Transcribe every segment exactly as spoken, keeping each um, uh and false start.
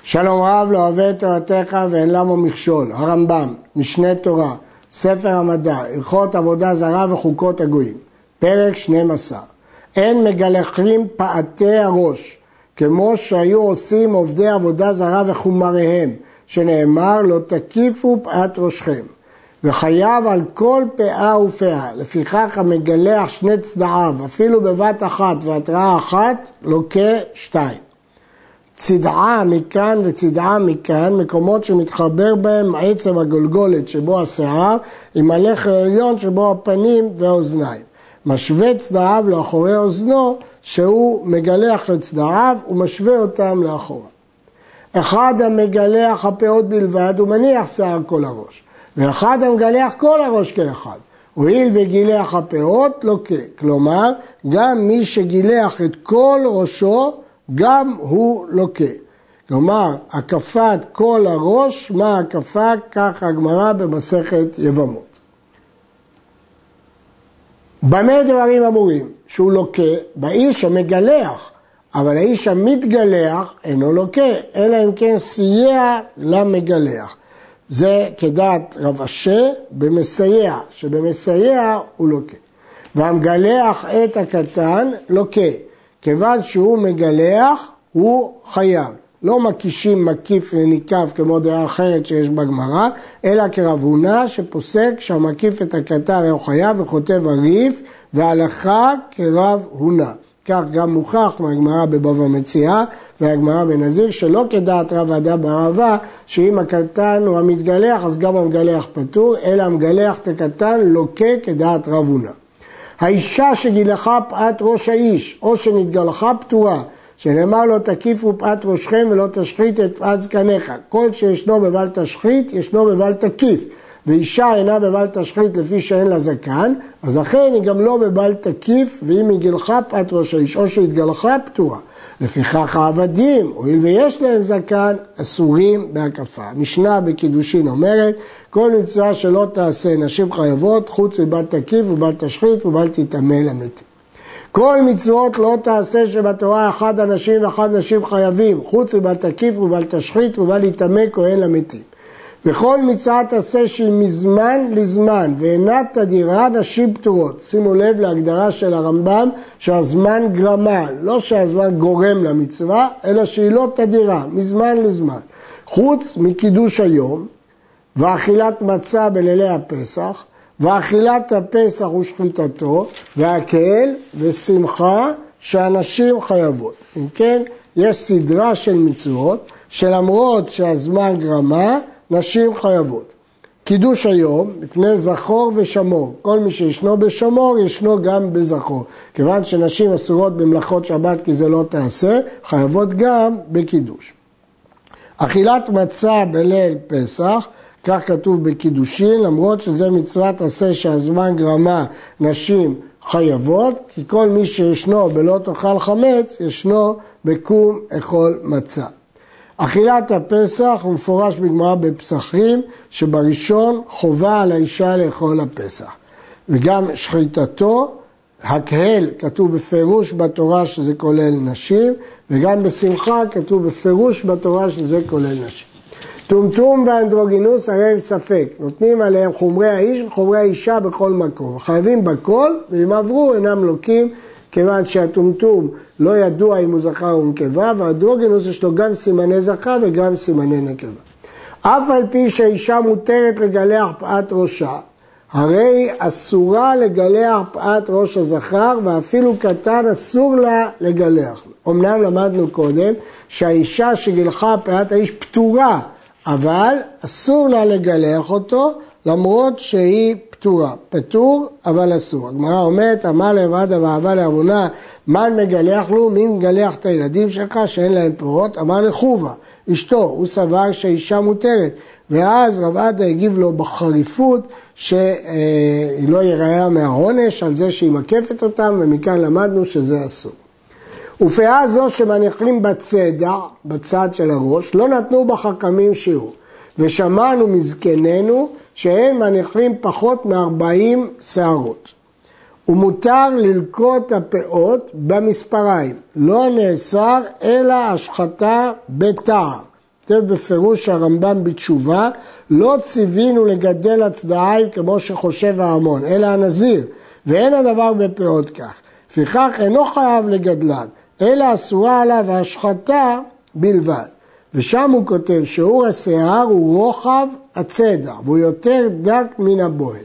שלום רב לא אוהב את תורתך ואין למו מכשול. הרמב"ם, משנה תורה, ספר המדע, הלכות עבודה זרה וחוקות הגויים. פרק שנים עשר. אין מגלחים פעתי הראש, כמו שהיו עושים עובדי עבודה זרה וחומריהם, שנאמר לא תקיפו פאת ראשכם. וחייב על כל פאה ופאה, לפיכך המגלח שני צדעיו, אפילו בבת אחת והתראה אחת, לוקה שתיים. צדעה מכאן וצדעה מכאן, מקומות שמתחבר בהם עצם הגולגולת שבו השיער, עם הלחי העליון שבו הפנים והאוזניים. משווה צדעיו לאחורי אוזנו, שהוא מגלח את צדעיו ומשווה אותם לאחורה. אחד המגלח הפאות בלבד, הוא מניח שיער כל הראש. ואחד המגלח כל הראש כאחד. הואיל וגילח הפאות לוקה. כלומר, גם מי שגילח את כל ראשו, גם הוא לוקה. כלומר, הקפת כל הראש, מה הקפה? כך הגמרא במסכת יבמות. במה דברים אמורים? שהוא לוקה באיש המגלח, אבל האיש המתגלח אינו לוקה, אלא אם כן סייע למגלח. זה כדעת רב אשר במסייע, שבמסייע הוא לוקה. והמגלח את הקטן לוקה. כיוון שהוא מגלח, הוא חייב. לא מקישים מקיף וניקף כמו דעה אחרת שיש בגמרא, אלא כרב הונא שפוסק שהמקיף את הקטן הוא חייב וכותב הריף, והלכה כרב הונא. כך גם מוכח מהגמרא בבבא מציעא והגמרא בנזיר, שלא כדעת רב אדא בר אבא, שאם הקטן הוא המתגלח אז גם המגלח פטור, אלא המגלח את הקטן לוקה כדעת רב הונא. האישה שגילחה פאת ראש האיש, או שנתגלחה פטורה, שנאמר לו תקיפו פאת ראשכם ולא תשחית את פאת זקניך. כל שישנו בבל תשחית, ישנו בבל תקיף. ואישה אינה בבל תשחית לפי שאין לה זקן, אז לכן היא גם לא בבל תקיף, ואם היא גילחה פאת ראש האיש, או שהתגלחה פטורה. לפיכך העבדים, הואיל ויש להם זקן, אסורים בהקפה. משנה בקידושין אומרת, כל מצווה שלא תעשה נשים חייבות, חוץ מבל תקיף ובל תשחית ובל תטמא למתים. כל מצוות לא תעשה שבתורה אחד אנשים ואחד נשים חייבים, חוץ מבל תקיף ובל תשחית ובל יטמא כהן למתים. וכל מצווה תעשה שהיא מזמן לזמן ואינה תדירה, נשים פטורות. שימו לב להגדרה של הרמב"ם שהזמן גרמה, לא שהזמן גורם למצווה, אלא שהיא לא תדירה, מזמן לזמן. חוץ מקידוש היום ואכילת מצה בלילי הפסח, ואכילת הפסח ושחיטתו, והקהל ושמחה שאנשים חייבות. אם כן, יש סדרה של מצוות שלמרות שהזמן גרמה, נשים חייבות. קידוש היום, מפני זכור ושמור. כל מי שישנו בשמור, ישנו גם בזכור. כיוון שנשים אסורות במלאכות שבת כי זה לא תעשה, חייבות גם בקידוש. אכילת מצה בליל פסח, כך כתוב בקידושין, למרות שזה מצוות עשה שהזמן גרמה נשים חייבות, כי כל מי שישנו בלא תאכל חמץ, ישנו בקום אכול מצה. אכילת הפסח הוא מפורש בגמרא בפסחים, שבראשון חובה על האישה לאכול הפסח. וגם שחיטתו, הקהל כתוב בפירוש בתורה שזה כולל נשים, וגם בשמחה כתוב בפירוש בתורה שזה כולל נשים. טומטום ואנדרוגינוס הרי הם ספק, נותנים עליהם חומרי האיש וחומרי האישה בכל מקום. חייבים בכל, ואם עברו אינם לוקים, כיוון שהטומטום לא ידוע אם הוא זכר או נקבה, והאנדרוגינוס יש לו גם סימני זכר וגם סימני נקבה. אף על פי שהאישה מותרת לגלח פאת ראשה, הרי אסורה לגלח פאת ראש הזכר, ואפילו קטן אסור לה לגלח. אמנם למדנו קודם שהאישה שגילחה פאת האיש פטורה, אבל אסור לה לגלח אותו, למרות שהיא פטורה. פטור, אבל אסור. הגמרא אומרת, אמר לעבדה ואהבה לעוונה, מן מגלח לו, מי מגלח את הילדים שלך שאין להם פאות? אמר לחובה, אשתו, הוא סבר שהאישה מותרת. ואז רב עדה הגיב לו בחריפות, שהיא לא יראה מהעונש על זה שהיא מקפת אותם, ומכאן למדנו שזה אסור. ופאה זו שמניחים בצדע, בצד של הראש, לא נתנו בחכמים שיעור. ושמענו מזקננו שהם מניחים פחות מ-ארבעים שערות. ומותר ללקוט הפאות במספריים, לא נאסר אלא השחתה בתער. כתב בפירוש הרמב"ם בתשובה, לא ציווינו לגדל הצדעיים כמו שחושב ההמון, אלא הנזיר, ואין הדבר בפאות כך. לפיכך אינו חייב לגדלן, אלא אסורה עליו ההשחתה בלבד. ושם הוא כותב שיעור השיער הוא רוחב הצדע, והוא יותר דק מן הבוהל.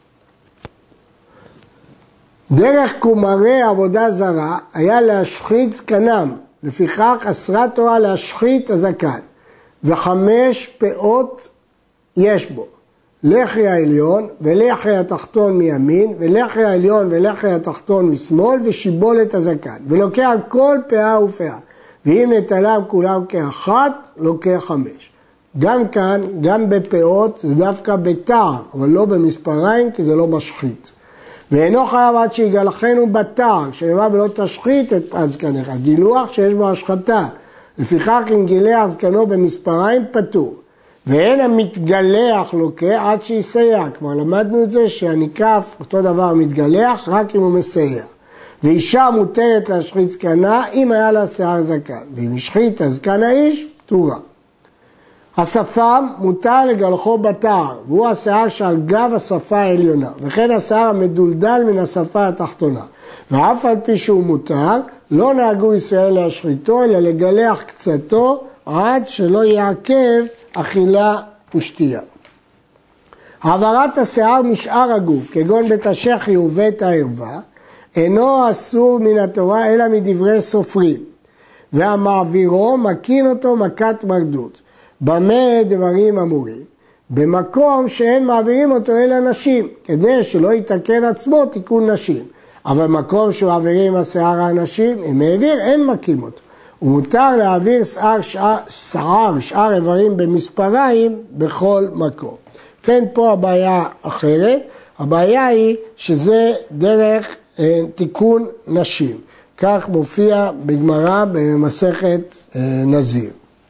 דרך קומרי עבודה זרה היה להשחית זקנם, לפיכך אסרה תורה להשחית הזקן, וחמש פאות יש בו, לחי העליון ולחי התחתון מימין, ולחי העליון ולחי התחתון משמאל, ושיבולת הזקן, ולוקח כל פאה ופאה, ואם נטלם כולם כאחת, לוקח חמש. גם כאן, גם בפאות, זה דווקא בתער, אבל לא במספריים, כי זה לא משחית. ואינו חייב עד שיגלחנו בתער, שנאמר ולא תשחית את פאת זקנך, גילוח שיש בו השחתה. לפיכך אם גילח זקנו במספריים פטור. ואין המתגלח לוקה עד שיסייע. כבר למדנו את זה שהניקף, אותו דבר מתגלח, רק אם הוא מסייע. ואישה מותרת להשחית זקנה אם היה לה שיער זקן. ואם השחית הזקן האיש, פטורה. השפם מותר לגלחו בתער, והוא השיער שעל גב השפה העליונה, וכן השיער המדולדל מן השפה התחתונה. ואף על פי שהוא מותר, לא נהגו ישראל להשחיתו, אלא לגלח קצתו, עד שלא יעכב אכילה ושתייה. העברת השיער משאר הגוף, כגון בית השחי ובית הערווה, אינו אסור מן התורה אלא מדברי סופרים, והמעבירו מקין אותו מכת מרדות. במה דברים אמורים? במקום שאין מעבירים אותו אל הנשים, כדי שלא יתקן עצמו תיקון נשים. אבל מקום שמעבירים השיער האנשים, אם העביר, אין מקים אותו. ומותר להעביר שיער, שיער, שיער, שאר איברים במספריים בכל מקום. כן, פה הבעיה אחרת. הבעיה היא שזה דרך אה, תיקון נשים. כך מופיע בגמרא במסכת אה, נזיר.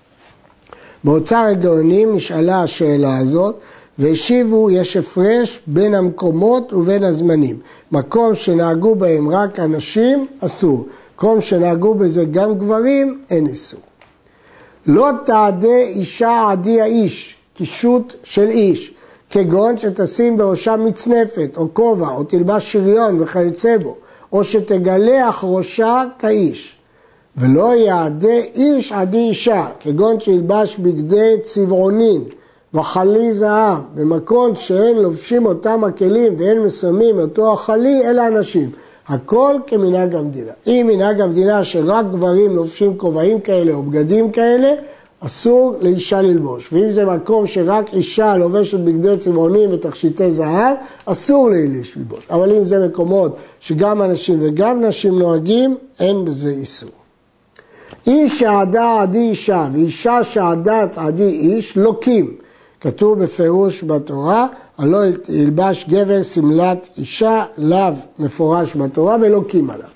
באוצר הגאונים נשאלה השאלה הזאת, והשיבו יש הפרש בין המקומות ובין הזמנים. מקום שנהגו בהם רק אנשים, אסור. מקום שנהגו בזה גם גברים, אין איסור. לא תעדה אישה עדי האיש, קישוט של איש, כגון שתשים בראשה מצנפת או כובע או תלבש שריון וכיוצא בו, או שתגלח ראשה כאיש. ולא יעדה איש עדי אישה, כגון שילבש בגדי צבעונין וחלי זהב, במקום שאין לובשים אותם הכלים ואין מסמים אותו החלי, אלא אנשים. הכל כמנהג המדינה. אם מנהג המדינה שרק גברים לובשים כובעים כאלה או בגדים כאלה, אסור לאישה ללבוש. ואם זה מקום שרק אישה לובשת בגדי צבעונים ותכשיטי זהב, אסור לאיש ללבוש. אבל אם זה מקומות שגם אנשים וגם נשים נוהגים, אין בזה איסור. איש שעדה עדי אישה ואישה שעדת עדי איש לוקים. כתוב בפירוש בתורה, הלא ילבש גבר סמלת אישה, לאו מפורש בתורה ולוקים עליו.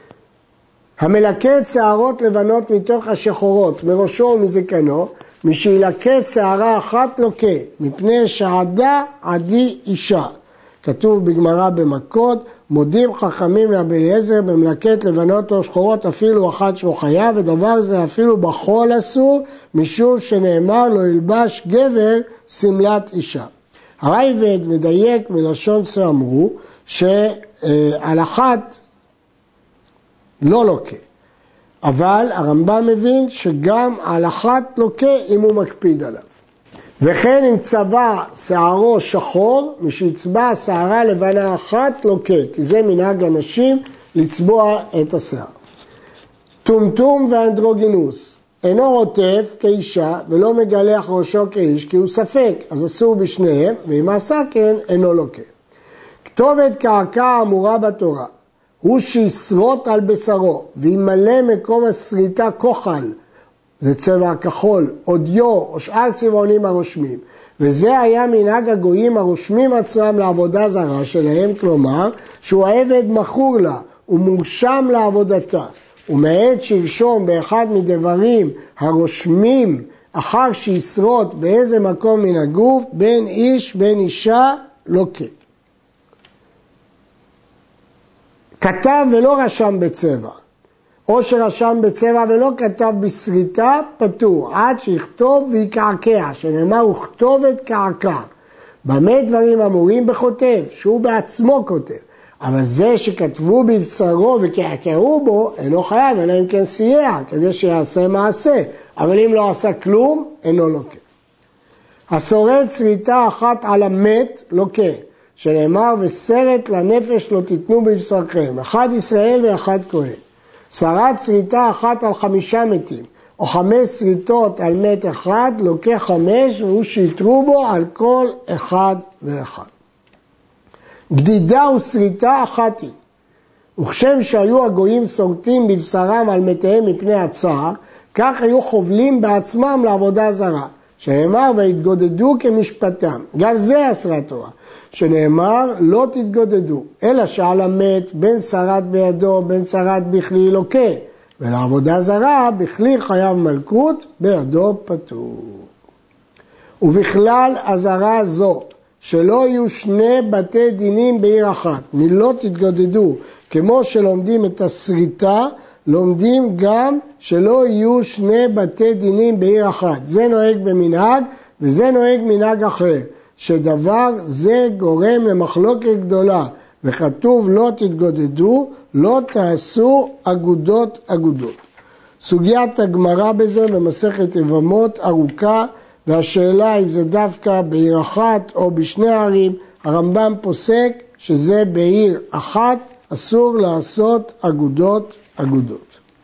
המלקט שערות לבנות מתוך השחורות, מראשו ומזקנו, מי שילקט שערה אחת לוקה, מפני שעדה עדי אישה. כתוב בגמרא במכות, מודים חכמים לרבי אליעזר במלקט לבנות או שחורות אפילו אחת שהוא חייב, ודבר זה אפילו בחול אסור, משום שנאמר לא ילבש גבר סמלת אישה. הרייבד מדייק מלשון שאמרו שעל אחת לא לוקה, אבל הרמב"ם מבין שגם על אחת לוקה אם הוא מקפיד עליו. וכן אם צבע שערו שחור, משיצבע שערה לבנה אחת לוקה, כי זה מנהג אנשים לצבוע את השיער. טומטום ואנדרוגינוס, אינו עוטף כאישה ולא מגלח ראשו כאיש, כי הוא ספק, אז אסור בשניהם, ואם עשה כן אינו לוקה. כתובת קעקע האמורה בתורה, הוא שישרוט על בשרו, וימלא מקום השריטה כוחל, זה צבע הכחול, או דיו, או שאר צבעונים הרושמים. וזה היה מנהג הגויים הרושמים עצמם לעבודה זרה שלהם, כלומר, שהוא העבד מכור לה, הוא מורשם לעבודתה. ומעט שירשום באחד מדברים הרושמים אחר שישרוט באיזה מקום מן הגוף, בין איש בין אישה לוקה. כתב ולא רשם בצבע. או שרשם בצבע ולא כתב בסריטה, פטור, עד שיכתוב ויקעקע, שנאמר הוא כתובת קעקע. במה דברים אמורים בכותב, שהוא בעצמו כותב. אבל זה שכתבו בבשרו וקעקעו בו, אינו חייב, אלא אם כן סייע, כדי שיעשה מעשה. אבל אם לא עשה כלום, אינו לוקה. השורד שריטה אחת על המת, לוקה. שנאמר, וסרט לנפש לא תיתנו בבשרכם. אחד ישראל ואחד כהן. שרד שריטה אחת על חמישה מתים, או חמש שריטות על מת אחד, לוקה חמש, והוא שיתרו בו על כל אחד ואחד. גדידה ושריטה אחת היא. וכשם שהיו הגויים סורטים בבשרם על מתיהם מפני הצער, כך היו חובלים בעצמם לעבודה זרה. שנאמר, והתגודדו כמשפטם. גם זה אסרה תורה. שנאמר, לא תתגודדו, אלא שעל המת בין שרד בידו, בין שרד בכלי לוקה. ולעבודה זרה, בכלי חייב מלכות, בידו פטור. ובכלל הזרה זו, שלא יהיו שני בתי דינים בעיר אחת, מלא תתגודדו, כמו שלומדים את הסריטה, לומדים גם שלא יהיו שני בתי דינים בעיר אחת. זה נוהג במנהג, וזה נוהג מנהג אחר. שדבר זה גורם למחלוקת גדולה, וכתוב לא תתגודדו, לא תעשו אגודות אגודות. סוגיית הגמרא בזה במסכת יבמות ארוכה, והשאלה אם זה דווקא בעיר אחת או בשני ערים, הרמב"ם פוסק שזה בעיר אחת, אסור לעשות אגודות אגודות.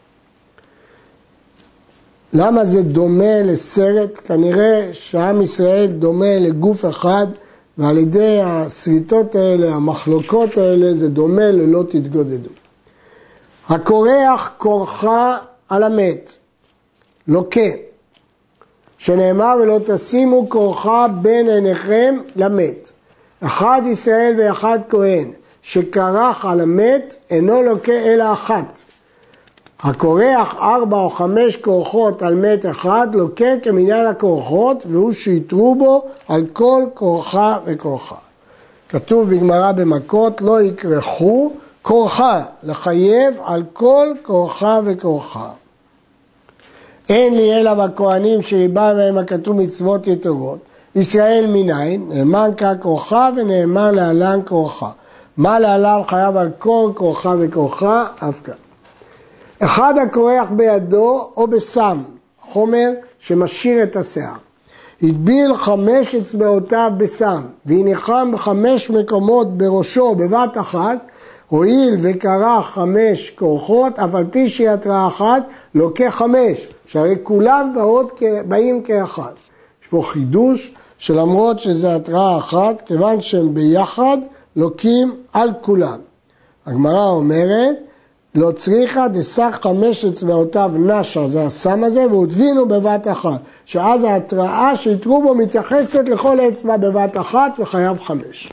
למה זה דומה לסרט? כנראה שעם ישראל דומה לגוף אחד, ועל ידי הסריטות האלה, המחלוקות האלה, זה דומה ללא תתגודדו. הקורח כורחה על המת, לוקה, שנאמר ולא תשימו כורחה בין עיניכם למת. אחד ישראל ואחד כהן, שכרך על המת, אינו לוקה אלא אחת. הקורח ארבע או חמש כורחות על מת אחד, לוקה כמניין הכורחות, והוא שיתרו בו על כל כורחה וכורחה. כתוב בגמרא במכות, לא יקרחו כורחה, לחייב על כל כורחה וכורחה. אין לי אלא בכהנים שריבה בהם הכתוב מצוות יתרות, ישראל מניין, נאמן ככורחה ונאמן להלן כורחה. מה להלן חייב על כל כורחה וכורחה, אף כאן. אחד הכורח בידו או בסם, חומר שמשאיר את השיער. הדביל חמש אצבעותיו בסם, והניחם בחמש מקומות בראשו בבת אחת, הועיל וקרח חמש כורחות, אף על פי שהיא התראה אחת, לוקח חמש, שהרי כולם באות, באים כאחד. יש פה חידוש שלמרות שזה התראה אחת, כיוון שהם ביחד, לוקים על כולם. הגמרא אומרת, לא צריכה דסך חמש אצבעותיו נשה, זה הסם הזה, והודבינו בבת אחת. שאז ההתראה שיתרו בו מתייחסת לכל אצבע בבת אחת וחייב חמש.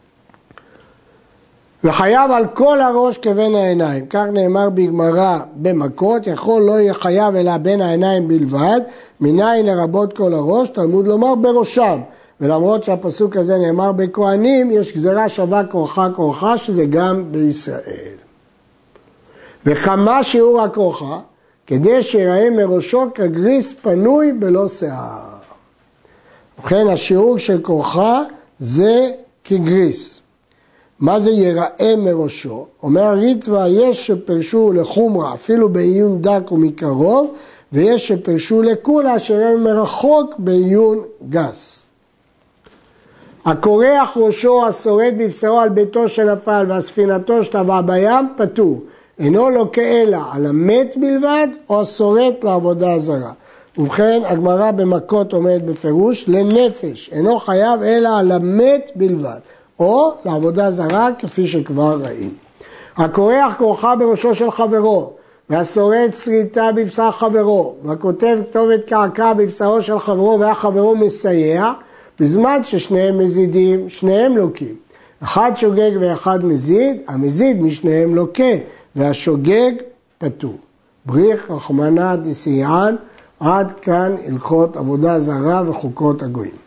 וחייב על כל הראש כבין העיניים. כך נאמר בגמרא במכות, יכול לא יהיה חייב אלא בין העיניים בלבד, מניין לרבות כל הראש, תלמוד לומר בראשם. ולמרות שהפסוק הזה נאמר בכהנים, יש גזרה שווה כורחה כורחה, שזה גם בישראל. וכמה שיעור הכורחה, כדי שיראה מראשו כגריס פנוי בלא שיער. ובכן, השיעור של כורחה זה כגריס. מה זה יראה מראשו? אומר הריטב"א, יש שפרשו לחומרה, אפילו בעיון דק ומקרוב, ויש שפרשו לקולה, שיראה מרחוק בעיון גס. הקורח ראשו השורד בבשרו על ביתו שנפל והספינתו שטבעה בים, פטור. אינו לוקה אלא על המת בלבד, או השורט לעבודה זרה. ובכן, הגמרא במכות אומרת בפירוש, לנפש, אינו חייב אלא על המת בלבד, או לעבודה זרה, כפי שכבר ראינו. הקורח כורחה בראשו של חברו, והשורט שריטה בבשר חברו, והכותב כתובת קעקע בבשרו של חברו, והחברו מסייע, בזמן ששניהם מזידים, שניהם לוקים. אחד שוגג ואחד מזיד, המזיד משניהם לוקה, והשוגג פטור. בריך רחמנא דסייען, עד כאן הלכות עבודה זרה וחוקות הגויים.